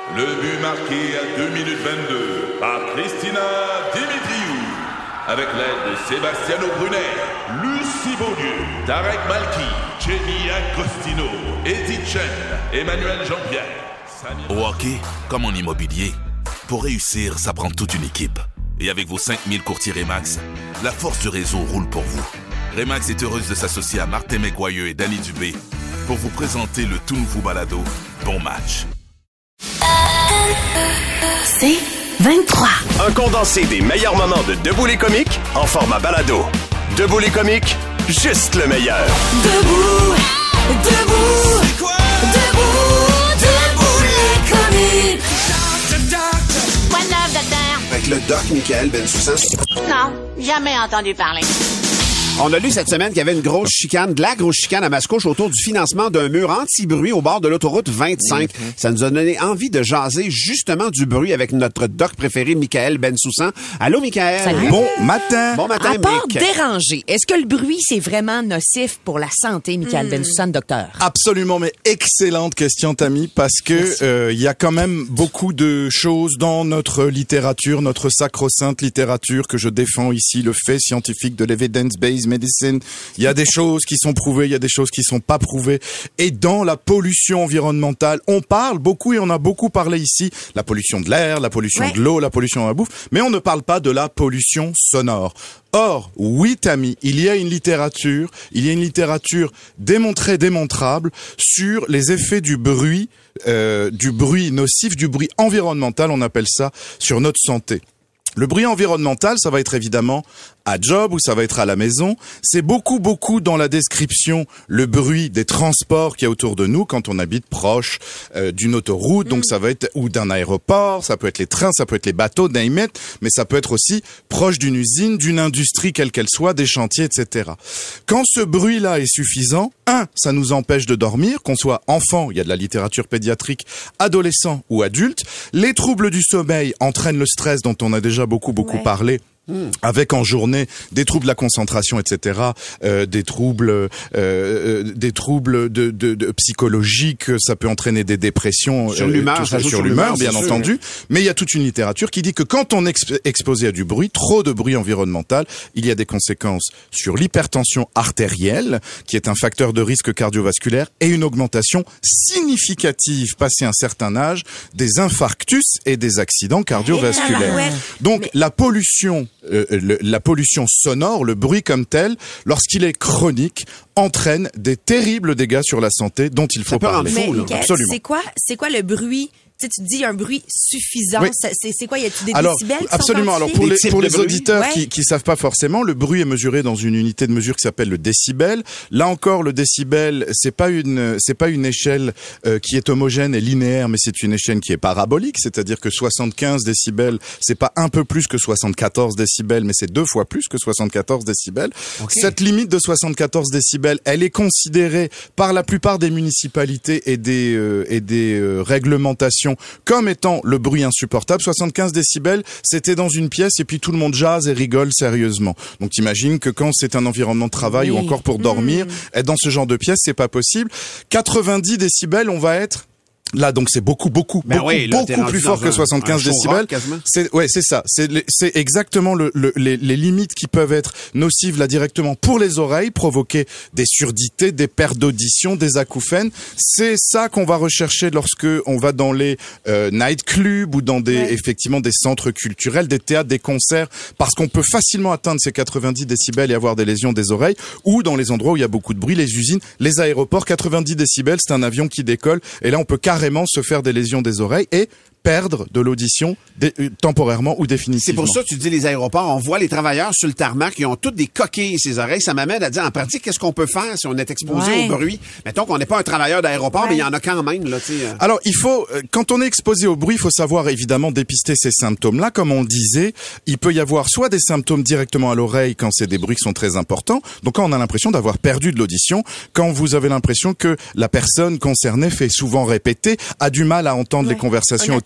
Le but marqué à 2 minutes 22 par Christina Dimitriou. Avec l'aide de Sebastiano Brunet, Lucie Beaulieu, Tarek Malki, Jenny Agostino, Edith Chen, Emmanuel Jean-Pierre. Au hockey, comme en immobilier, pour réussir, ça prend toute une équipe. Et avec vos 5000 courtiers Remax, la force du réseau roule pour vous. Remax est heureuse de s'associer à Martin McGuire et Danny Dubé pour vous présenter le tout nouveau balado Bon Match. C'est 23. Un condensé des meilleurs moments de Debout les comiques en format balado. Debout les comiques, juste le meilleur. Debout, debout, c'est quoi? Debout, debout les comiques. Quoi de neuf, docteur? Avec le doc Michael Bensoussan. Non, jamais entendu parler. On a lu cette semaine qu'il y avait une grosse chicane, de la grosse chicane à Mascouche autour du financement d'un mur anti-bruit au bord de l'autoroute 25. Ça nous a donné envie de jaser justement du bruit avec notre doc préféré, Michael Bensoussan. Allô, Michael? Salut. Bon matin. Bon matin, À part Mick. déranger, est-ce que le bruit, c'est vraiment nocif pour la santé, Michael Bensoussan, docteur? Absolument, mais excellente question, Tammy, parce que il y a quand même beaucoup de choses dans notre littérature, notre sacro-sainte littérature que je défends ici, le fait scientifique de l'evidence-based medicine. Il y a des choses qui sont prouvées, il y a des choses qui sont pas prouvées. Et dans la pollution environnementale, on parle beaucoup et on a beaucoup parlé ici, la pollution de l'air, la pollution de l'eau, la pollution de la bouffe, mais on ne parle pas de la pollution sonore. Or, oui, Tammy, il y a une littérature démontrée, démontrable sur les effets du bruit nocif, du bruit environnemental, on appelle ça, sur notre santé. Le bruit environnemental, ça va être évidemment à job ou ça va être à la maison. C'est beaucoup dans la description le bruit des transports qu'il y a autour de nous quand on habite proche d'une autoroute. Donc ça va être ou d'un aéroport, ça peut être les trains, ça peut être les bateaux, name it, mais ça peut être aussi proche d'une usine, d'une industrie quelle qu'elle soit, des chantiers, etc. Quand ce bruit-là est suffisant, ça nous empêche de dormir, qu'on soit enfant, il y a de la littérature pédiatrique, adolescent ou adulte. Les troubles du sommeil entraînent le stress dont on a déjà beaucoup parlé. Avec en journée des troubles de la concentration, etc., des troubles de psychologiques, ça peut entraîner des dépressions sur l'humeur, sur l'humeur, bien entendu. Mais il y a toute une littérature qui dit que quand on est exposé à du bruit, trop de bruit environnemental, il y a des conséquences sur l'hypertension artérielle, qui est un facteur de risque cardiovasculaire, et une augmentation significative, passé un certain âge, des infarctus et des accidents cardiovasculaires. Donc la pollution sonore, le bruit comme tel, lorsqu'il est chronique, entraîne des terribles dégâts sur la santé dont il faut parler. Mais Michael, absolument. C'est quoi le bruit? Tu sais, tu dis un bruit suffisant. Oui. C'est quoi? Y a-t-il des Alors, décibels qui absolument. sont Alors quantifiés? pour les auditeurs qui savent pas forcément, le bruit est mesuré dans une unité de mesure qui s'appelle le décibel. Là encore, le décibel, c'est pas une échelle qui est homogène et linéaire, mais c'est une échelle qui est parabolique, c'est-à-dire que 75 décibels, c'est pas un peu plus que 74 décibels, mais c'est 2 fois plus que 74 décibels. Okay. Cette limite de 74 décibels, elle est considérée par la plupart des municipalités et des réglementations comme étant le bruit insupportable. 75 décibels, c'était dans une pièce et puis tout le monde jase et rigole sérieusement. Donc t'imagines que quand c'est un environnement de travail ou encore pour dormir, être dans ce genre de pièce, c'est pas possible. 90 décibels, on va être là, donc c'est beaucoup plus fort que 75 décibels. C'est ça. C'est exactement les limites qui peuvent être nocives là directement pour les oreilles, provoquer des surdités, des pertes d'audition, des acouphènes. C'est ça qu'on va rechercher lorsque on va dans les nightclubs ou dans effectivement des centres culturels, des théâtres, des concerts, parce qu'on peut facilement atteindre ces 90 décibels et avoir des lésions des oreilles, ou dans les endroits où il y a beaucoup de bruit, les usines, les aéroports. 90 décibels, c'est un avion qui décolle et là on peut carrément se faire des lésions des oreilles et perdre de l'audition temporairement ou définitivement. C'est pour ça que tu dis les aéroports, on voit les travailleurs sur le tarmac qui ont toutes des coquilles ces oreilles. Ça m'amène à dire, en pratique, qu'est-ce qu'on peut faire si on est exposé au bruit? Mettons qu'on n'est pas un travailleur d'aéroport, mais il y en a quand même, là, tu sais. Alors, quand on est exposé au bruit, il faut savoir évidemment dépister ces symptômes-là. Comme on le disait, il peut y avoir soit des symptômes directement à l'oreille quand c'est des bruits qui sont très importants. Donc, quand on a l'impression d'avoir perdu de l'audition, quand vous avez l'impression que la personne concernée fait souvent répéter, a du mal à entendre les conversations au téléphone,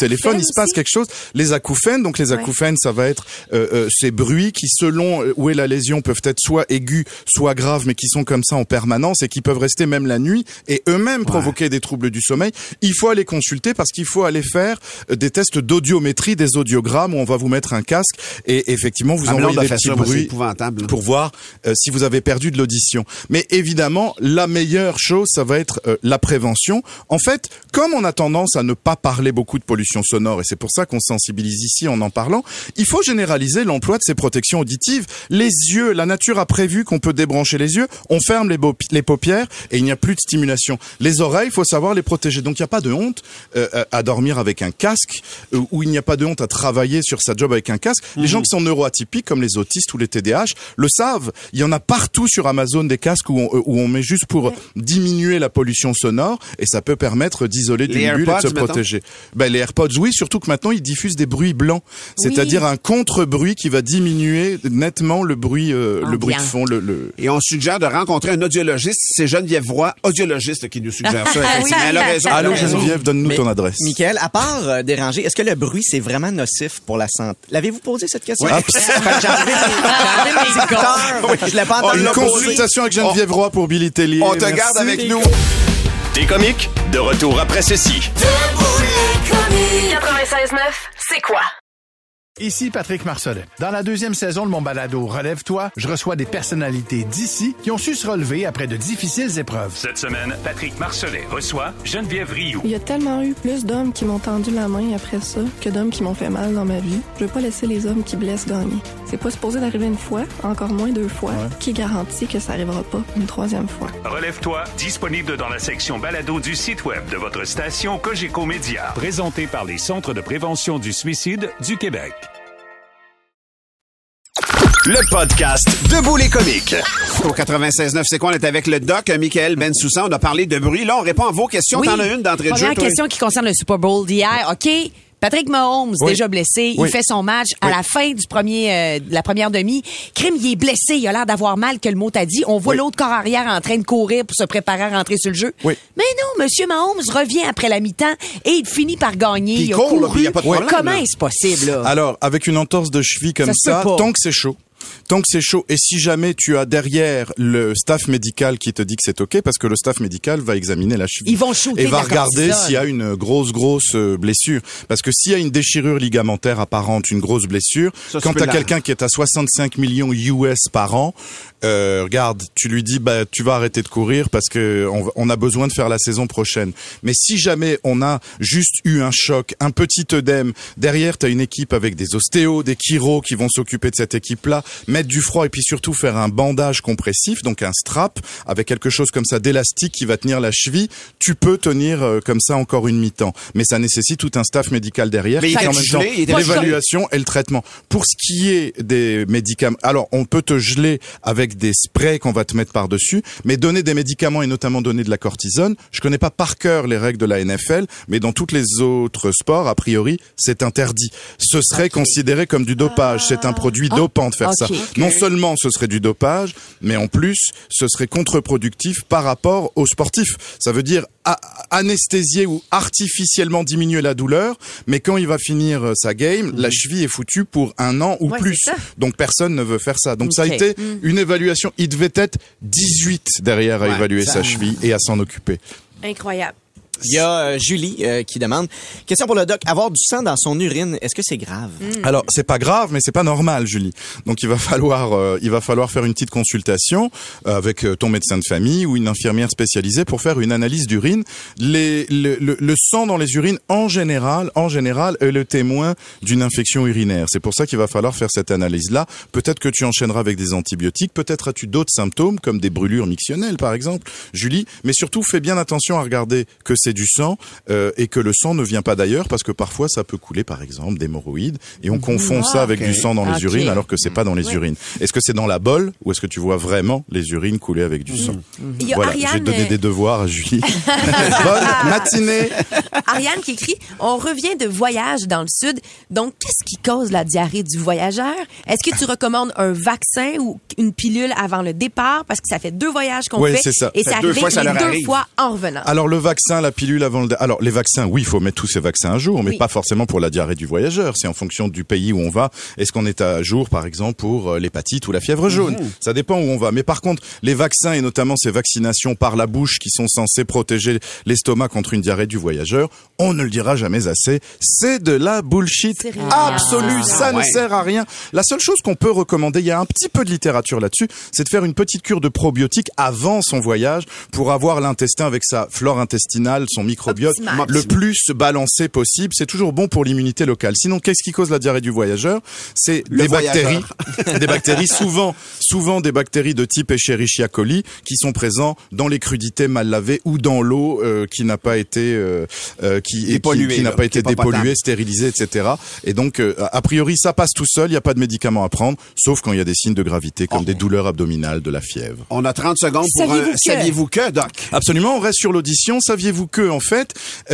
téléphone, il se passe quelque chose. Les acouphènes, donc les acouphènes, ça va être ces bruits qui, selon où est la lésion, peuvent être soit aigus, soit graves, mais qui sont comme ça en permanence et qui peuvent rester même la nuit et eux-mêmes provoquer des troubles du sommeil. Il faut aller consulter parce qu'il faut aller faire des tests d'audiométrie, des audiogrammes où on va vous mettre un casque et effectivement vous envoyer des petits bruits pour voir si vous avez perdu de l'audition. Mais évidemment, la meilleure chose, ça va être la prévention. En fait, comme on a tendance à ne pas parler beaucoup de pollution sonore, et c'est pour ça qu'on sensibilise ici en parlant, il faut généraliser l'emploi de ces protections auditives. Les yeux, la nature a prévu qu'on peut débrancher les yeux, on ferme les paupières et il n'y a plus de stimulation. Les oreilles, il faut savoir les protéger. Donc il n'y a pas de honte à dormir avec un casque, ou il n'y a pas de honte à travailler sur sa job avec un casque. Les gens qui sont neuroatypiques, comme les autistes ou les TDAH, le savent. Il y en a partout sur Amazon des casques où on met juste pour diminuer la pollution sonore et ça peut permettre d'isoler d'une bulle et de se protéger. Ben, les AirPods, oui, surtout que maintenant ils diffusent des bruits blancs, c'est-à-dire un contre-bruit qui va diminuer nettement le bruit de fond. Et on suggère de rencontrer un audiologiste. C'est Geneviève Roy, audiologiste, qui nous suggère ça. Elle a raison. Allô Geneviève, donne-nous ton adresse. Michael, à part déranger, est-ce que le bruit c'est vraiment nocif pour la santé? L'avez-vous posé cette question? Oui. J'ai enlevé mes écouteurs. Je l'ai pas entendu. Une consultation avec Geneviève Roy pour Billy Tellier. On te garde avec nous. Des comiques, de retour après ceci. 96.9, c'est quoi? Ici Patrick Marcelet. Dans la 2e saison de mon balado Relève-toi, je reçois des personnalités d'ici qui ont su se relever après de difficiles épreuves. Cette semaine, Patrick Marcelet reçoit Geneviève Rioux. Il y a tellement eu plus d'hommes qui m'ont tendu la main après ça que d'hommes qui m'ont fait mal dans ma vie. Je veux pas laisser les hommes qui blessent gagner. C'est pas supposé d'arriver une fois, encore moins 2 fois. Qui garantit que ça arrivera pas une 3e fois? Relève-toi, disponible dans la section balado du site web de votre station Cogeco Média. Présenté par les Centres de prévention du suicide du Québec. Le podcast Debout les comiques. Au 96.9, c'est quoi? On est avec le doc Michael Bensoussan. On a parlé de bruit. Là, on répond à vos questions. T'en as une d'entrée de jeu. Première question qui concerne le Super Bowl d'hier. OK. Patrick Mahomes, déjà blessé, il fait son match à la fin de la première demi. Crime, il est blessé, il a l'air d'avoir mal, que le mot t'a dit. On voit l'autre corps arrière en train de courir pour se préparer à rentrer sur le jeu. Mais non, Monsieur Mahomes revient après la mi-temps et il finit par gagner. Puis il a couru. Il y a pas de problème, Comment est-ce possible, là? Alors, avec une entorse de cheville comme ça, tant que c'est chaud, et si jamais tu as derrière le staff médical qui te dit que c'est OK, parce que le staff médical va examiner la cheville. Ils vont shooter et va regarder s'il y a une grosse blessure. Parce que s'il y a une déchirure ligamentaire apparente, une grosse blessure, quand t'as quelqu'un qui est à 65 millions US par an, regarde, tu lui dis, tu vas arrêter de courir parce que on a besoin de faire la saison prochaine. Mais si jamais on a juste eu un choc, un petit œdème, derrière t'as une équipe avec des ostéos, des chiros qui vont s'occuper de cette équipe-là, mettre du froid et puis surtout faire un bandage compressif, donc un strap avec quelque chose comme ça d'élastique qui va tenir la cheville, tu peux tenir comme ça encore une mi-temps. Mais ça nécessite tout un staff médical derrière qui en même temps l'évaluation et le traitement. Pour ce qui est des médicaments, alors on peut te geler avec des sprays qu'on va te mettre par-dessus, mais donner des médicaments et notamment donner de la cortisone, je connais pas par cœur les règles de la NFL, mais dans tous les autres sports, a priori, c'est interdit. Ce serait considéré comme du dopage. C'est un produit dopant de faire ça. Non seulement ce serait du dopage, mais en plus, ce serait contre-productif par rapport aux sportifs. Ça veut dire anesthésier ou artificiellement diminuer la douleur, mais quand il va finir sa game, la cheville est foutue pour 1 an ou plus. Donc personne ne veut faire ça. Donc ça a été une évaluation. Il devait être 18 derrière à évaluer sa cheville et à s'en occuper. Incroyable. Il y a Julie qui demande, question pour le doc, avoir du sang dans son urine, est-ce que c'est grave? Alors, c'est pas grave, mais c'est pas normal, Julie. Donc, il va falloir faire une petite consultation avec ton médecin de famille ou une infirmière spécialisée pour faire une analyse d'urine. Le sang dans les urines, en général, est le témoin d'une infection urinaire. C'est pour ça qu'il va falloir faire cette analyse-là. Peut-être que tu enchaîneras avec des antibiotiques, peut-être as-tu d'autres symptômes, comme des brûlures mictionnelles, par exemple, Julie. Mais surtout, fais bien attention à regarder que c'est du sang et que le sang ne vient pas d'ailleurs parce que parfois ça peut couler par exemple d'hémorroïdes et on confond ça avec du sang dans les urines alors que c'est pas dans les urines. Est-ce que c'est dans la bolle ou est-ce que tu vois vraiment les urines couler avec du sang? Voilà, j'ai donné des devoirs à Julie. Bonne matinée. Ariane qui écrit, on revient de voyage dans le sud, donc qu'est-ce qui cause la diarrhée du voyageur? Est-ce que tu recommandes un vaccin ou une pilule avant le départ parce que ça fait 2 voyages qu'on fait c'est ça. et c'est arrivé les 2 fois en revenant? Alors le vaccin, la pilule avant le... Alors, les vaccins, oui, il faut mettre tous ces vaccins à jour, mais pas forcément pour la diarrhée du voyageur. C'est en fonction du pays où on va. Est-ce qu'on est à jour, par exemple, pour l'hépatite ou la fièvre jaune? Ça dépend où on va. Mais par contre, les vaccins, et notamment ces vaccinations par la bouche qui sont censées protéger l'estomac contre une diarrhée du voyageur, on ne le dira jamais assez, c'est de la bullshit absolue. Ça ne sert à rien. La seule chose qu'on peut recommander, il y a un petit peu de littérature là-dessus, c'est de faire une petite cure de probiotiques avant son voyage pour avoir l'intestin avec sa flore intestinale, son microbiote le plus balancé possible. C'est toujours bon pour l'immunité locale. Sinon, qu'est-ce qui cause la diarrhée du voyageur? C'est des bactéries, souvent des bactéries de type Escherichia coli qui sont présents dans les crudités mal lavées ou dans l'eau qui n'a pas été dépolluée, stérilisée, etc. Et donc, a priori, ça passe tout seul. Il n'y a pas de médicaments à prendre, sauf quand il y a des signes de gravité comme des douleurs abdominales, de la fièvre. On a 30 secondes pour Saviez-vous que, Doc? Absolument, on reste sur l'audition. Saviez-vous que, en fait,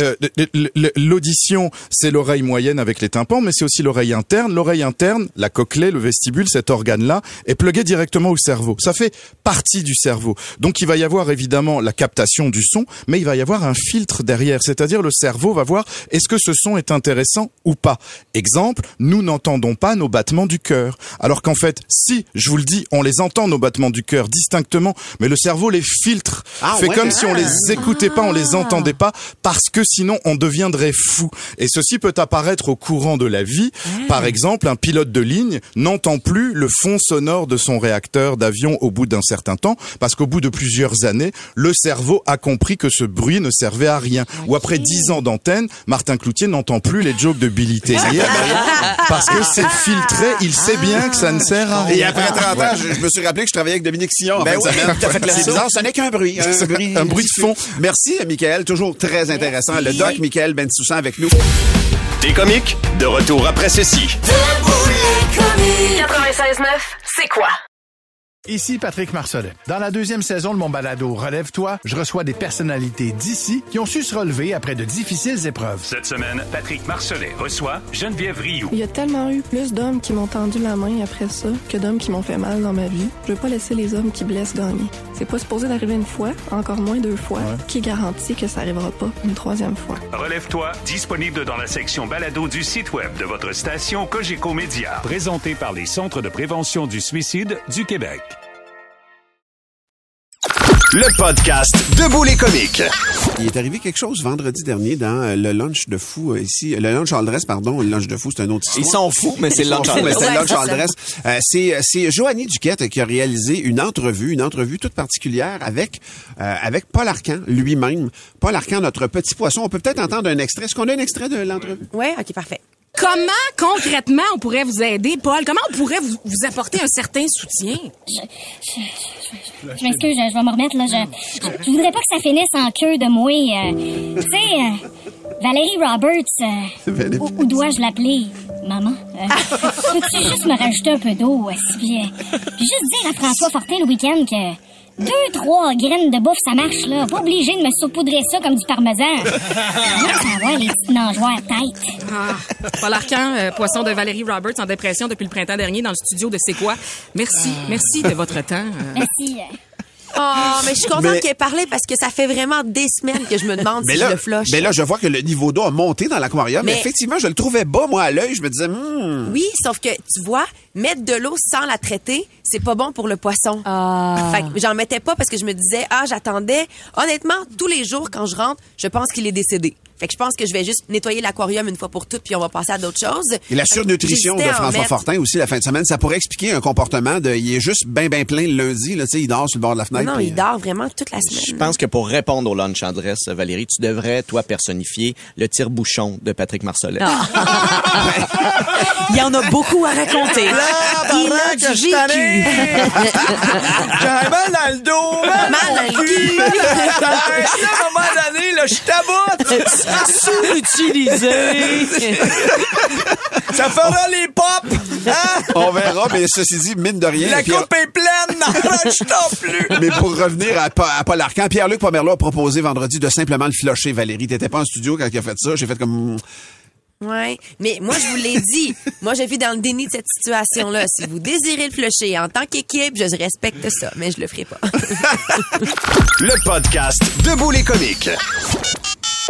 l'audition, c'est l'oreille moyenne avec les tympans, mais c'est aussi l'oreille interne. L'oreille interne, la cochlée, le vestibule, cet organe-là, est plugué directement au cerveau. Ça fait partie du cerveau. Donc, il va y avoir évidemment la captation du son, mais il va y avoir un filtre derrière. C'est-à-dire, le cerveau va voir est-ce que ce son est intéressant ou pas. Exemple, nous n'entendons pas nos battements du cœur. Alors qu'en fait, si, je vous le dis, on les entend, nos battements du cœur, distinctement, mais le cerveau les filtre. Comme si on les écoutait pas, on les entendait pas, parce que sinon on deviendrait fou. Et ceci peut apparaître au courant de la vie. Par exemple, un pilote de ligne n'entend plus le fond sonore de son réacteur d'avion au bout d'un certain temps, parce qu'au bout de plusieurs années, le cerveau a compris que ce bruit ne servait à rien. Ou après 10 ans d'antenne, Martin Cloutier n'entend plus les jokes de Billy Tellier, parce que c'est filtré, il sait bien que ça ne sert à rien. Et après 30 ans, je me suis rappelé que je travaillais avec Dominique Sillon en fin de semaine. C'est bizarre, ce n'est qu'un bruit. Un bruit de fond. Merci, Michael. Toujours très intéressant. Le doc Michael Bensoussan avec nous. Des comiques, de retour après ceci. 96.9, c'est quoi? Ici Patrick Marcelet. Dans la 2e saison de mon balado Relève-toi, je reçois des personnalités d'ici qui ont su se relever après de difficiles épreuves. Cette semaine, Patrick Marcelet reçoit Geneviève Rioux. Il y a tellement eu plus d'hommes qui m'ont tendu la main après ça que d'hommes qui m'ont fait mal dans ma vie. Je veux pas laisser les hommes qui blessent gagner. C'est pas supposé d'arriver une fois, encore moins 2 fois. Qui garantit que ça arrivera pas une 3e fois? Relève-toi, disponible dans la section balado du site web de votre station Cogeco Média. Présenté par les Centres de prévention du suicide du Québec. Le podcast Debout les comiques. Il est arrivé quelque chose vendredi dernier dans le lunch de fou ici. Le lunch Aldress, pardon. Le lunch de fou, c'est un autre histoire. Ils sont fous, mais c'est le lunch Aldress. C'est le lunch Aldress. C'est Joanie Duquette qui a réalisé une entrevue toute particulière avec Paul Arcand lui-même. Paul Arcand, notre petit poisson. On peut peut-être entendre un extrait. Est-ce qu'on a un extrait de l'entrevue? Oui, OK, parfait. Comment, concrètement, on pourrait vous aider, Paul? Comment on pourrait vous apporter un certain soutien? Je m'excuse, je vais me remettre, là. Je voudrais pas que ça finisse en queue de moi. Tu sais, Valérie Roberts, où dois-je l'appeler? Maman? Peux-tu juste me rajouter un peu d'eau? Puis juste dire à François Fortin le week-end que 2-3 graines de bouffe, ça marche, là. Pas obligé de me saupoudrer ça comme du parmesan. Ça va, les petites nageoires tête. Paul Arcand, poisson de Valérie Roberts en dépression depuis le printemps dernier dans le studio de C'est quoi? Merci de votre temps. Merci. Oh, mais je suis contente qu'elle ait parlé parce que ça fait vraiment des semaines que je me demande si je le flush. Mais là, je vois que le niveau d'eau a monté dans l'aquarium. Mais effectivement, je le trouvais bas, moi, à l'œil. Je me disais, Oui, sauf que, tu vois, mettre de l'eau sans la traiter, c'est pas bon pour le poisson. Fait que j'en mettais pas parce que je me disais, j'attendais. Honnêtement, tous les jours, quand je rentre, je pense qu'il est décédé. Fait que je pense que je vais juste nettoyer l'aquarium une fois pour toutes, puis on va passer à d'autres choses. Et la surnutrition de François Fortin aussi la fin de semaine, ça pourrait expliquer un comportement il est juste bien plein le lundi, là, tu sais, il dort sur le bord de la fenêtre. Non, il dort vraiment toute la semaine. Je pense que pour répondre au lunch Andress, Valérie, tu devrais, toi, personnifier le tire-bouchon de Patrick Marcelet. Il y en a beaucoup à raconter. Il a du vécu. J'ai mal dans le dos, mal dans le cul. À un moment donné, là, je taboute. Sous-utilisé. Ça fera les pops. Hein? On verra, mais ceci dit, mine de rien. La coupe est pleine, je t'en plus. Mais pour revenir à Paul Arcand, Pierre-Luc Pomerleau a proposé vendredi de simplement le flusher, Valérie. T'étais pas en studio quand il a fait ça. J'ai fait comme... Ouais, mais moi, je vous l'ai dit. Moi, je vis dans le déni de cette situation-là. Si vous désirez le flusher en tant qu'équipe, je respecte ça, mais je le ferai pas. Le podcast Debout les comiques.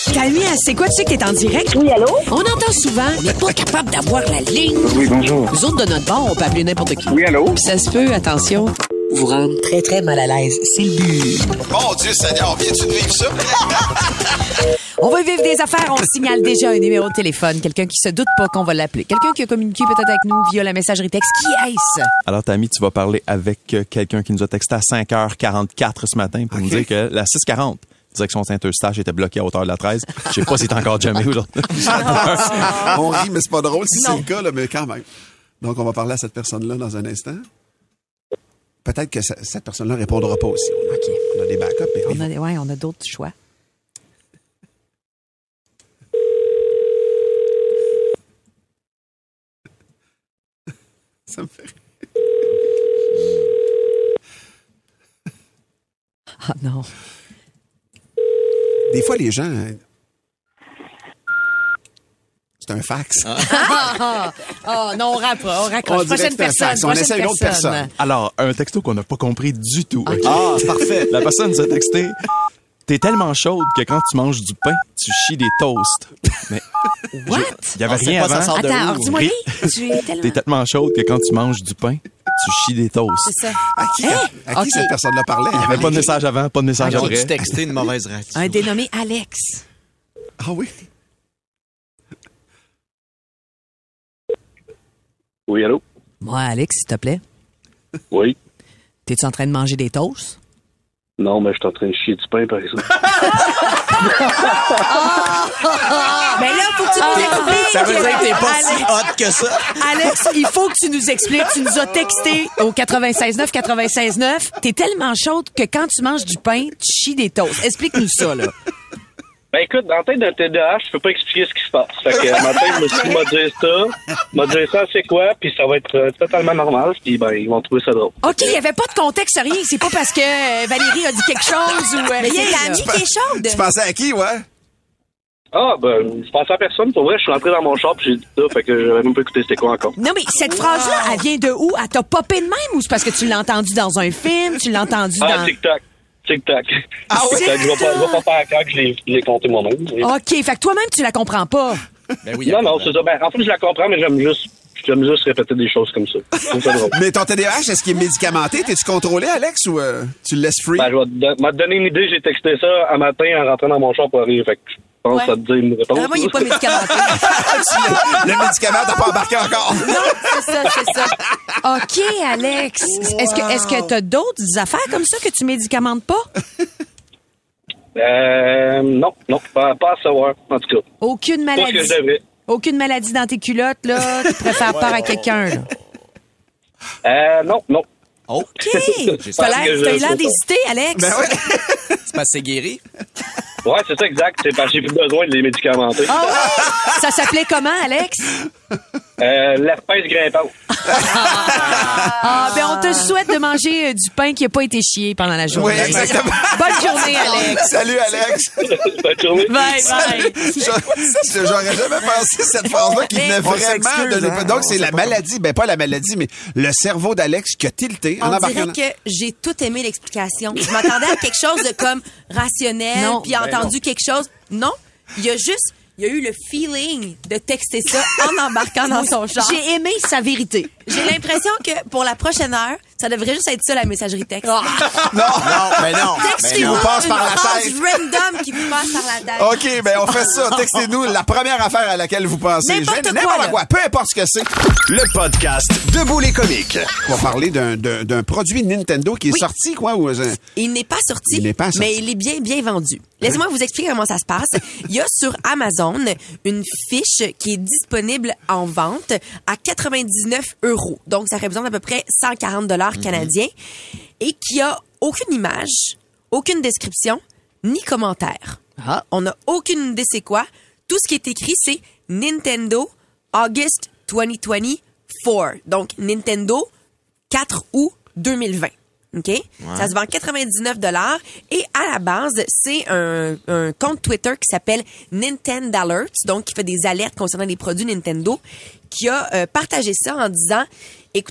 Camille, c'est quoi? Tu sais que t'es en direct? Oui, allô? On entend souvent, on n'est pas capable d'avoir la ligne. Oui, bonjour. Nous autres, de notre bord, on peut appeler n'importe qui. Oui, allô? Puis ça se peut, attention, vous rendre très, très mal à l'aise. C'est le but. Mon Dieu Seigneur, viens-tu de vivre ça? On va vivre des affaires, on signale déjà un numéro de téléphone. Quelqu'un qui se doute pas qu'on va l'appeler. Quelqu'un qui a communiqué peut-être avec nous via la messagerie texte. Qui est-ce? Alors, Tammy, tu vas parler avec quelqu'un qui nous a texté à 5h44 ce matin pour nous dire que la 640, direction Saint-Eustache, était bloquée à hauteur de la 13. Je sais pas si t'es encore jamais aujourd'hui. On rit, mais c'est pas drôle si c'est le cas, là, mais quand même. Donc, on va parler à cette personne-là dans un instant. Peut-être que cette personne-là répondra pas aussi. OK. On a des backups. Mais on a d'autres choix. Ça me fait rire. Ah non. Des fois, les gens... C'est un fax. Non, on raccroche. Prochaine personne. On essaie une autre personne. Alors, un texto qu'on n'a pas compris du tout. Okay. Ah, c'est parfait. La personne nous a texté « T'es tellement chaude que quand tu manges du pain, tu chies des toasts. » Mais what? Il n'y avait rien avant. Attends, dis-moi, T'es tellement chaude que quand tu manges du pain, tu chies des toasts. C'est ça. À qui cette personne-là parlait? Il n'y avait pas de message avant, pas de message après. Ils ont dû texter une mauvaise réaction. Un dénommé Alex. Ah oui? Oui, allô? Moi, Alex, s'il te plaît. Oui. T'es-tu en train de manger des toasts? Non, mais je suis en train de chier du pain, par exemple. Mais là, faut que tu nous expliques. Ça veut dire que t'es pas si hot que ça. Alex, il faut que tu nous expliques. Tu nous as texté au 96.9. T'es tellement chaude que quand tu manges du pain, tu chies des toasts. Explique-nous ça, là. Ben écoute, dans la tête d'un TDAH, je peux pas expliquer ce qui se passe. Fait que ma tête me dit ça, c'est quoi, puis ça va être totalement normal, puis ben ils vont trouver ça drôle. OK, il y avait pas de contexte, rien. C'est pas parce que Valérie a dit quelque chose ou mais c'est Camille qui est chaude. Tu pensais à qui, ouais? Ah, ben, je pensais à personne. Pour vrai, je suis rentré dans mon shop, j'ai dit ça, fait que j'avais même pas écouté c'était quoi encore. Non, mais cette phrase-là, elle vient de où? Elle t'a popé de même ou c'est parce que tu l'as entendue dans un film? Tu l'as entendue dans... Tic-tac. Ah oui? Je vais pas faire quand que je l'ai compté moi-même. Oui. OK, fait que toi-même, tu la comprends pas. Ben oui, non, c'est ça. Ben, en fait, je la comprends, mais j'aime juste répéter des choses comme ça. C'est ça drôle. Mais ton TDAH, est-ce qu'il est médicamenté? T'es-tu contrôlé, Alex, ou tu le laisses free? Ben, je vais te donner une idée. J'ai texté ça un matin en rentrant dans mon char pour arriver. Fait que je pense à te dire une réponse. Vraiment, il n'est pas médicamenté. Le médicament, t'as pas embarqué encore. Non, c'est ça. OK, Alex. Wow. Est-ce que t'as d'autres affaires comme ça que tu médicamentes pas? Non, pas à savoir, en tout cas. Aucune maladie. Pas ce que je devrais. Aucune maladie dans tes culottes, là? Tu préfères part à quelqu'un, là? Non. OK. T'as l'air d'hésiter, Alex. Ben ouais. C'est parce que c'est guéri? Ouais, c'est ça, exact. C'est parce que j'ai plus besoin de les médicamenter. Ah ouais? Ça s'appelait comment, Alex? L'herpès grimpante. Ben on te souhaite de manger du pain qui n'a pas été chié pendant la journée. Oui, exactement. Bonne journée, Alex. Salut, Alex. Bonne journée. Bye. J'aurais jamais pensé cette phrase-là qui venait vraiment de... Donc, c'est la maladie. Ben, pas la maladie, mais le cerveau d'Alex qui a tilté en embarquant. On dirait que j'ai tout aimé l'explication. Je m'attendais à quelque chose de comme rationnel, puis entendu quelque chose. Non, il y a eu le feeling de texter ça en embarquant dans son char. J'ai aimé sa vérité. J'ai l'impression que pour la prochaine heure, ça devrait juste être ça, la messagerie texte. Non, mais non. Textez-nous qui vous passe par la phrase tête. random qui vous passe par la tête. OK, ben on fait ça. Textez-nous la première affaire à laquelle vous pensez. N'importe quoi. Peu importe ce que c'est. Le podcast Debout les comiques. On va parler d'un produit Nintendo qui est sorti, quoi? Ou... Il n'est pas sorti, mais il est bien vendu. Laissez-moi vous expliquer comment ça se passe. Il y a sur Amazon une fiche qui est disponible en vente à 99 €. Donc, ça représente à peu près 140 $ canadiens et qui a aucune image, aucune description, ni commentaire. On n'a aucune idée c'est quoi. Tout ce qui est écrit, c'est Nintendo August 2024. Donc, Nintendo 4 août 2020. OK? Ouais. Ça se vend 99 $ et à la base, c'est un compte Twitter qui s'appelle Nintendo Alerts, donc qui fait des alertes concernant les produits Nintendo, qui a partagé ça en disant, écoutez,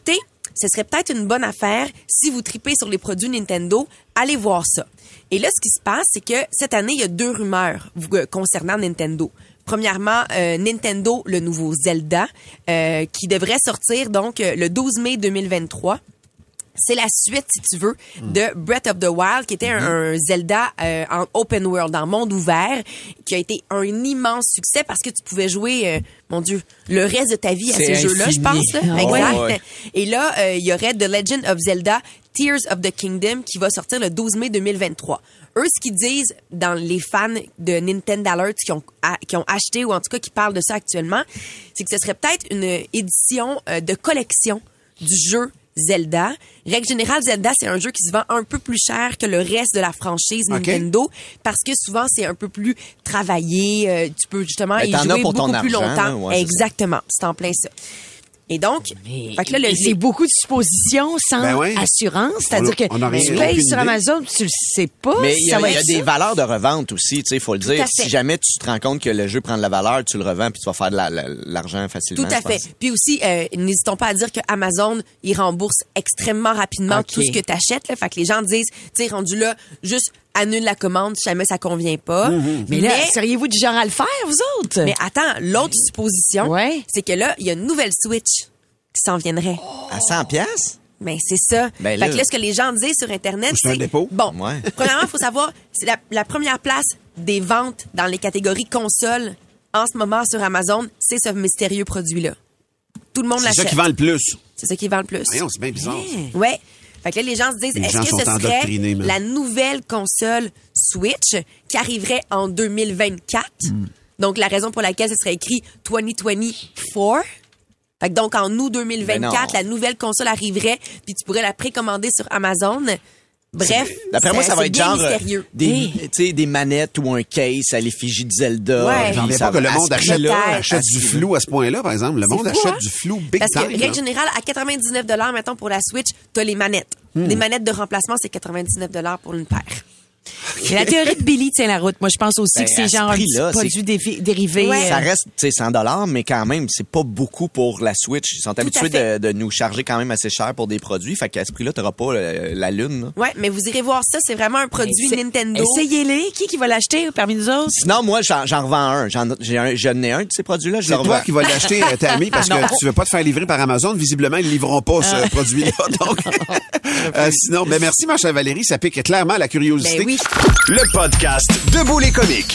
ce serait peut-être une bonne affaire si vous tripez sur les produits Nintendo, allez voir ça. Et là, ce qui se passe, c'est que cette année, il y a 2 rumeurs concernant Nintendo. Premièrement, Nintendo, le nouveau Zelda, qui devrait sortir donc le 12 mai 2023. C'est la suite, si tu veux, de Breath of the Wild, qui était un Zelda en open world, en monde ouvert, qui a été un immense succès parce que tu pouvais jouer, mon Dieu, le reste de ta vie à ces jeux-là, je pense. Là. Exact. Ouais. Et là, il y aurait The Legend of Zelda Tears of the Kingdom qui va sortir le 12 mai 2023. Eux, ce qu'ils disent dans les fans de Nintendo Alert qui ont acheté ou en tout cas qui parlent de ça actuellement, c'est que ce serait peut-être une édition de collection du jeu Zelda. Règle générale, Zelda, c'est un jeu qui se vend un peu plus cher que le reste de la franchise Nintendo parce que souvent, c'est un peu plus travaillé. Tu peux justement y jouer beaucoup plus longtemps. Ouais, exactement. C'est en plein ça. Et donc, fait que là, c'est beaucoup de suppositions sans assurance. C'est-à-dire que tu payes sur Amazon, tu le sais pas. Mais il y a des valeurs de revente aussi, tu sais, il faut le dire. Si jamais tu te rends compte que le jeu prend de la valeur, tu le revends puis tu vas faire de l'argent facilement. Tout à fait. Puis aussi, n'hésitons pas à dire que Amazon, il rembourse extrêmement rapidement tout ce que tu achètes. Fait que les gens disent, tu sais, rendu là, juste annule la commande si jamais ça convient pas. Mais là, seriez-vous du genre à le faire, vous autres? Mais attends, l'autre supposition, c'est que là, il y a une nouvelle Switch qui s'en viendrait. À 100$? Ben, c'est ça. Fait que là, ce que les gens disent sur Internet, c'est... Bon, premièrement, il faut savoir, c'est la première place des ventes dans les catégories consoles en ce moment sur Amazon, c'est ce mystérieux produit-là. Tout le monde l'achète. C'est ça qui vend le plus. C'est ça qui vend le plus. Voyons, c'est bien bizarre. Ouais. Fait que là, les gens se disent, est-ce que ce serait la nouvelle console Switch qui arriverait en 2024? Donc, la raison pour laquelle ce serait écrit 2024. Fait que donc, en août 2024, la nouvelle console arriverait, puis tu pourrais la précommander sur Amazon. Bref, d'après moi, ça va être genre mystérieux. des manettes ou un case à l'effigie de Zelda. Ouais. J'en reviens pas que le monde achète du flou à ce point-là, par exemple. Le monde achète du flou big time. Parce que, règle générale, à 99$, mettons, pour la Switch, t'as les manettes. Les manettes de remplacement, c'est 99$ pour une paire. Et la théorie de Billy tient la route. Moi, je pense aussi que c'est genre un petit produit dérivé. Ça reste 100$, mais quand même, c'est pas beaucoup pour la Switch. Ils sont habitués de nous charger quand même assez cher pour des produits. Fait qu'à ce prix-là, t'auras pas la lune. Ouais, mais vous irez voir ça. C'est vraiment un produit Nintendo. Essayez-les. Qui va l'acheter parmi nous autres? Sinon, moi, j'en revends un. J'en ai un de ces produits-là. C'est toi qui vas l'acheter, Tammy, parce que tu veux pas te faire livrer par Amazon. Visiblement, ils ne livreront pas ce produit-là. Donc, sinon, merci, ma chère Valérie. Ça pique clairement la curiosité. Ben oui. Le podcast Debout les comiques.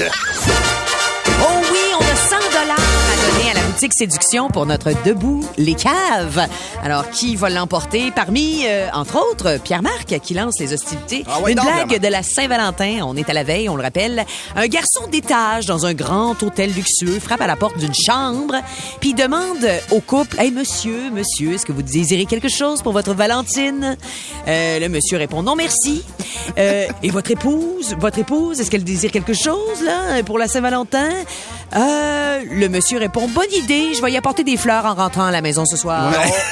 Oh oui, on a 100$ à donner à la boutique Séduction pour notre Debout les caves. Alors, qui va l'emporter? Parmi, entre autres, Pierre-Marc qui lance les hostilités. Une blague de la Saint-Valentin. On est à la veille, on le rappelle. Un garçon d'étage dans un grand hôtel luxueux frappe à la porte d'une chambre puis demande au couple, « Hey, monsieur, est-ce que vous désirez quelque chose pour votre Valentine? » Le monsieur répond, « Non, merci. » Et votre épouse, est-ce qu'elle désire quelque chose, là, pour la Saint-Valentin? Le monsieur répond, bonne idée, je vais y apporter des fleurs en rentrant à la maison ce soir.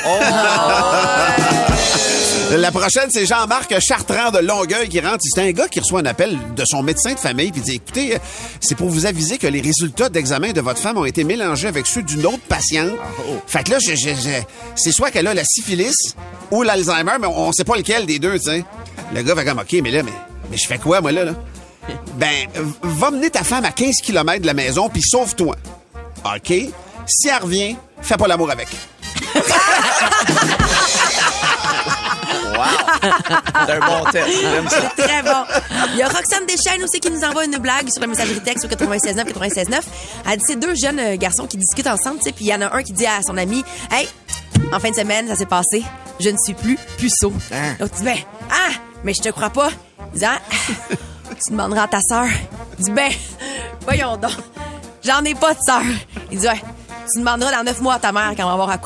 La prochaine, c'est Jean-Marc Chartrand de Longueuil qui rentre. C'est un gars qui reçoit un appel de son médecin de famille puis dit, écoutez, c'est pour vous aviser que les résultats d'examen de votre femme ont été mélangés avec ceux d'une autre patiente. Fait que là, c'est soit qu'elle a la syphilis ou l'Alzheimer, mais on sait pas lequel des deux, tu sais. Le gars fait comme, OK, mais je fais quoi, moi, là? Ben, va mener ta femme à 15 km de la maison, puis sauve-toi. OK? Si elle revient, fais pas l'amour avec. Wow! C'est un bon test. C'est très bon. Il y a Roxane Deschaines aussi qui nous envoie une blague sur la messagerie texte au 96.9, 96.9. Elle dit, c'est 2 jeunes garçons qui discutent ensemble, tu sais, puis il y en a un qui dit à son ami, « Hey, en fin de semaine, ça s'est passé. Je ne suis plus puceau. » L'autre dit, « Ben, mais je te crois pas. » Il dit, « Ah, tu demanderas à ta sœur. » Il dit, « Ben, voyons donc. J'en ai pas de sœur. » Il dit, « Ouais, tu demanderas dans 9 mois à ta mère quand on va avoir accouché. »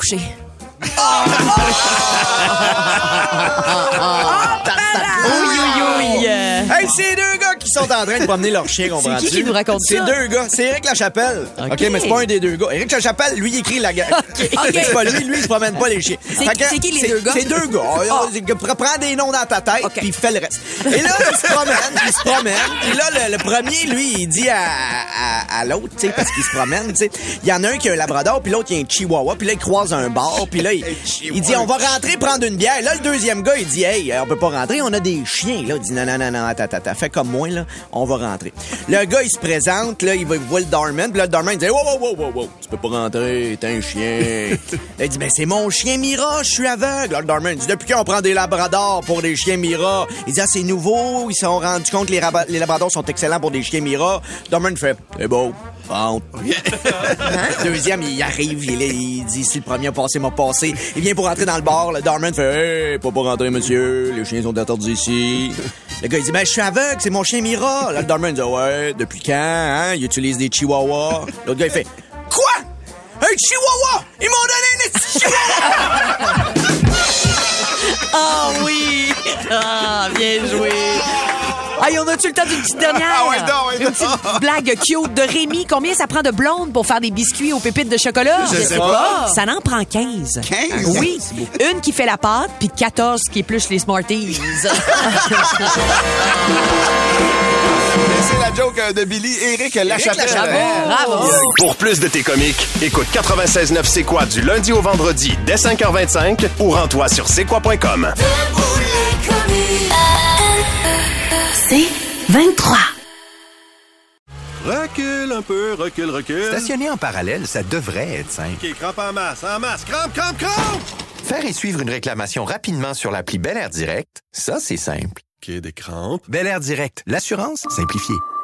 Hey, c'est 2 gars ils sont en train de promener leur chien, comprends-tu? C'est qui nous raconte ça? C'est 2 gars. C'est Éric Lachapelle. OK, mais c'est pas un des 2 gars. Éric Lachapelle, lui, il écrit la gueule. C'est pas lui, il se promène pas les chiens. C'est qui les 2 gars? C'est 2 gars. Prends des noms dans ta tête, puis fais le reste. Et là, il se promène. Puis là, le premier, lui, il dit à l'autre, tu sais, parce qu'il se promène, tu sais, il y en a un qui a un labrador, puis l'autre, il a un chihuahua, puis là, il croise un bar, puis là, il dit, on va rentrer prendre une bière. Là, le deuxième gars, il dit, hey, on peut pas rentrer, on a des chiens. Là, il dit, non, attends, fais comme moi, là, on va rentrer. Le gars, il se présente, là, il voit le doorman, puis là, le doorman, il dit, wow, tu peux pas rentrer, t'es un chien. Là, il dit, ben, c'est mon chien Mira, je suis aveugle. Là, le doorman dit, depuis quand on prend des labradors pour des chiens Mira? Il dit, ah, c'est nouveau, ils se sont rendus compte que les labradors sont excellents pour des chiens Mira. Le doorman fait, c'est beau. Rentre. Deuxième, il arrive, il dit, si le premier a passé, m'a passé. Il vient pour rentrer dans le bar, le doorman fait, hey, pas pour rentrer, monsieur, les chiens sont interdits ici. Le gars, il dit, ben, je suis aveugle, c'est mon chien Mira. Là, le doorman dit, ouais, depuis quand, hein? Il utilise des chihuahuas. L'autre gars, il fait, quoi? Un chihuahua? Ils m'ont donné un petit chihuahua! Ah oui! Ah, bien joué! Hey, on a-tu le temps d'une petite dernière? Ah ouais, non. Une petite blague cute de Rémi. Combien ça prend de blondes pour faire des biscuits aux pépites de chocolat? Je sais pas. Ça en prend 15. 15? Oui. Une qui fait la pâte, puis 14 qui épluche les Smarties. C'est la joke de Billy. Éric Lachapelle. Bravo. Pour plus de tes comiques, écoute 96.9 C'est quoi du lundi au vendredi dès 5h25 ou rends-toi sur c'est quoi.com. C'est 23. Recule un peu, recule. Stationner en parallèle, ça devrait être simple. OK, crampe en masse, crampe! Faire et suivre une réclamation rapidement sur l'appli Bel Air Direct, ça, c'est simple. OK, des crampes. Bel Air Direct, l'assurance simplifiée.